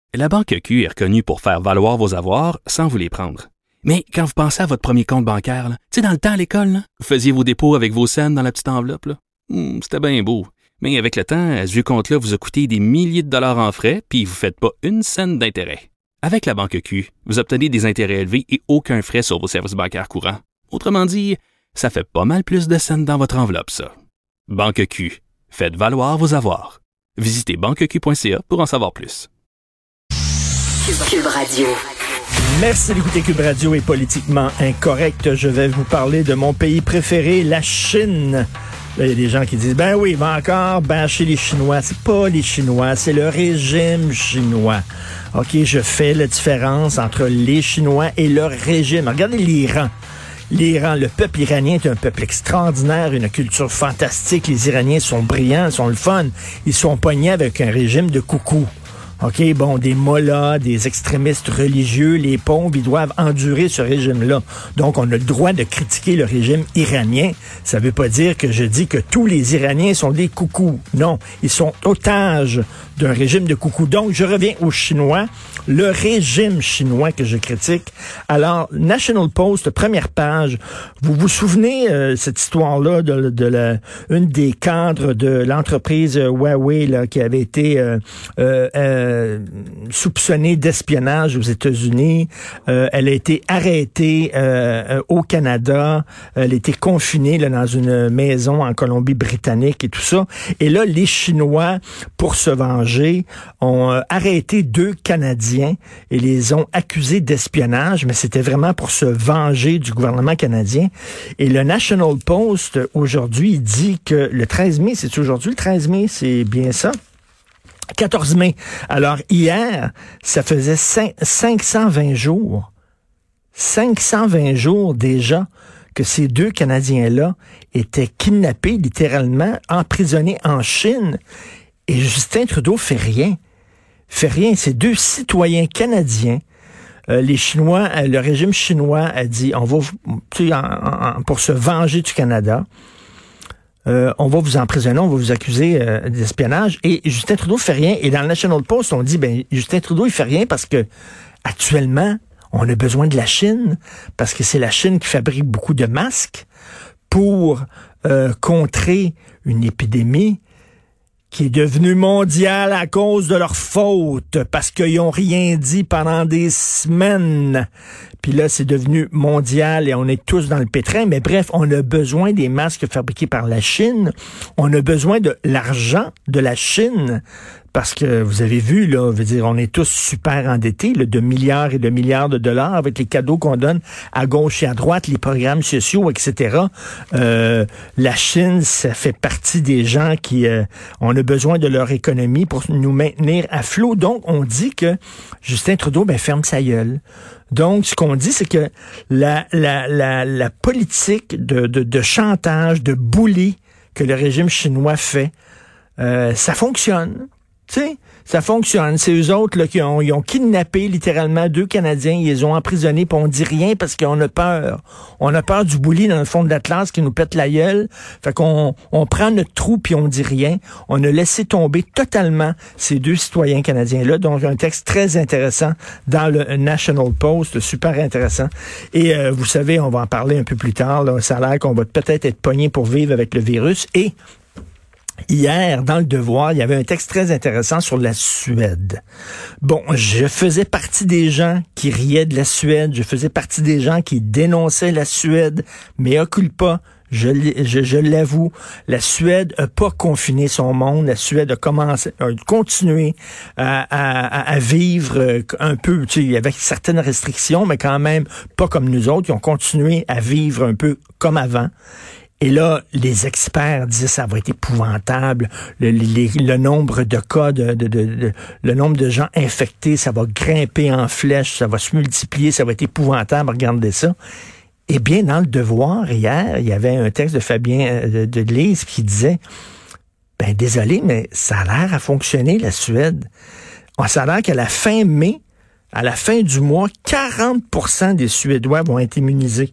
La Banque Q est reconnue pour faire valoir vos avoirs sans vous les prendre. Mais quand vous pensez à votre premier compte bancaire, tu sais, dans le temps à l'école, là, vous faisiez vos dépôts avec vos scènes dans la petite enveloppe. Là. C'était bien beau. Mais avec le temps, ce vieux compte-là vous a coûté des milliers de dollars en frais, puis vous ne faites pas une scène d'intérêt. Avec la Banque Q, vous obtenez des intérêts élevés et aucun frais sur vos services bancaires courants. Autrement dit, ça fait pas mal plus de scènes dans votre enveloppe, ça. Banque Q. Faites valoir vos avoirs. Visitez banqueq.ca pour en savoir plus. Cube Radio. Merci d'écouter Cube Radio est politiquement incorrect. Je vais vous parler de mon pays préféré, la Chine. Là, il y a des gens qui disent, ben oui, il va encore bâcher les Chinois. C'est pas les Chinois, c'est le régime chinois. OK, je fais la différence entre les Chinois et leur régime. Regardez l'Iran. L'Iran, le peuple iranien est un peuple extraordinaire, une culture fantastique. Les Iraniens sont brillants, ils sont le fun. Ils sont pognés avec un régime de coucou. OK, bon, des mollahs, des extrémistes religieux, les pauvres, ils doivent endurer ce régime-là. Donc, on a le droit de critiquer le régime iranien. Ça veut pas dire que je dis que tous les Iraniens sont des coucous. Non, ils sont otages d'un régime de coucou. Donc, je reviens aux Chinois, le régime chinois que je critique. Alors, National Post, première page, vous vous souvenez cette histoire-là une des cadres de l'entreprise Huawei là, qui avait été soupçonnée d'espionnage aux États-Unis. Elle a été arrêtée au Canada. Elle a été confinée là, dans une maison en Colombie-Britannique et tout ça. Et là, les Chinois, pour se venger, ont arrêté 2 Canadiens et les ont accusés d'espionnage, mais c'était vraiment pour se venger du gouvernement canadien. Et le National Post, aujourd'hui, dit que le 13 mai, c'est aujourd'hui le 13 mai, c'est bien ça? 14 mai. Alors, hier, ça faisait 520 jours. 520 jours déjà que ces 2 Canadiens-là étaient kidnappés, littéralement, emprisonnés en Chine. Et Justin Trudeau fait rien. Fait rien. Ces 2 citoyens canadiens, les Chinois, le régime chinois a dit, on va, pour se venger du Canada, on va vous emprisonner, on va vous accuser d'espionnage. Et Justin Trudeau fait rien. Et dans le National Post, on dit, ben Justin Trudeau, il fait rien parce que actuellement, on a besoin de la Chine, parce que c'est la Chine qui fabrique beaucoup de masques pour contrer une épidémie qui est devenue mondiale à cause de leur faute, parce qu'ils n'ont rien dit pendant des semaines. Puis là, c'est devenu mondial et on est tous dans le pétrin. Mais bref, on a besoin des masques fabriqués par la Chine. On a besoin de l'argent de la Chine. Parce que vous avez vu, là, veut dire, on est tous super endettés, là, de milliards et de milliards de dollars avec les cadeaux qu'on donne à gauche et à droite, les programmes sociaux, etc. La Chine, ça fait partie des gens qui on a besoin de leur économie pour nous maintenir à flot. Donc, on dit que Justin Trudeau, ben, ferme sa gueule. Donc, ce qu'on dit, c'est que la politique de chantage, de bully que le régime chinois fait, ça fonctionne. Tu sais, ça fonctionne. C'est eux autres là, ils ont kidnappé littéralement 2 Canadiens, ils les ont emprisonnés, puis on dit rien parce qu'on a peur. On a peur du bully dans le fond de l'Atlas qui nous pète la gueule. Fait qu'on prend notre trou puis on dit rien. On a laissé tomber totalement ces 2 citoyens canadiens-là. Donc, un texte très intéressant dans le National Post, super intéressant. Et vous savez, on va en parler un peu plus tard. Là, ça a l'air qu'on va peut-être être pogné pour vivre avec le virus. Et hier, dans Le Devoir, il y avait un texte très intéressant sur la Suède. Bon, je faisais partie des gens qui riaient de la Suède, je faisais partie des gens qui dénonçaient la Suède, mais occupe pas. Je l'avoue, la Suède a pas confiné son monde. La Suède a continué à vivre un peu, tu sais, avec certaines restrictions, mais quand même pas comme nous autres. Ils ont continué à vivre un peu comme avant. Et là, les experts disaient ça va être épouvantable. Le nombre de cas, le nombre de gens infectés, ça va grimper en flèche, ça va se multiplier, ça va être épouvantable. Regardez ça. Eh bien, dans Le Devoir, hier, il y avait un texte de Fabien de Lise qui disait, ben désolé, mais ça a l'air à fonctionner, la Suède. Ça a l'air qu'à la fin mai, à la fin du mois, 40% des Suédois vont être immunisés.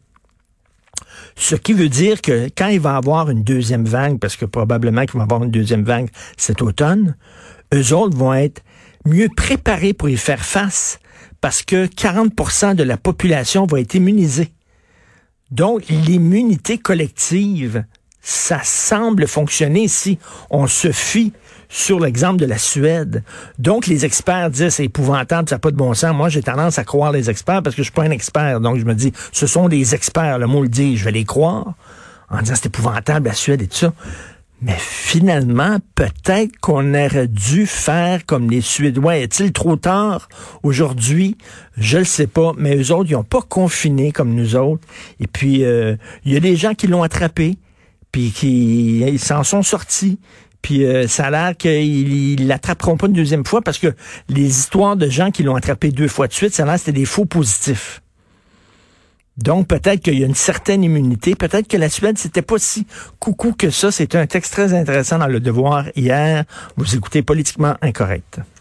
Ce qui veut dire que quand il va y avoir une deuxième vague, parce que probablement qu'il va y avoir une deuxième vague cet automne, eux autres vont être mieux préparés pour y faire face parce que 40% de la population va être immunisée. Donc, l'immunité collective, ça semble fonctionner si on se fie sur l'exemple de la Suède. Donc, les experts disent, c'est épouvantable, ça n'a pas de bon sens. Moi, j'ai tendance à croire les experts parce que je suis pas un expert. Donc, je me dis, ce sont des experts, le mot le dit, je vais les croire en disant, c'est épouvantable, la Suède et tout ça. Mais finalement, peut-être qu'on aurait dû faire comme les Suédois. Est-il trop tard aujourd'hui? Je le sais pas, mais eux autres, ils n'ont pas confiné comme nous autres. Et puis, il y a des gens qui l'ont attrapé, puis ils s'en sont sortis. Puis ça a l'air qu'ils l'attraperont pas une deuxième fois parce que les histoires de gens qui l'ont attrapé 2 fois de suite, ça a l'air que c'était des faux positifs. Donc, peut-être qu'il y a une certaine immunité. Peut-être que la Suède, c'était pas si coucou que ça. C'est un texte très intéressant dans Le Devoir hier. Vous écoutez Politiquement Incorrect.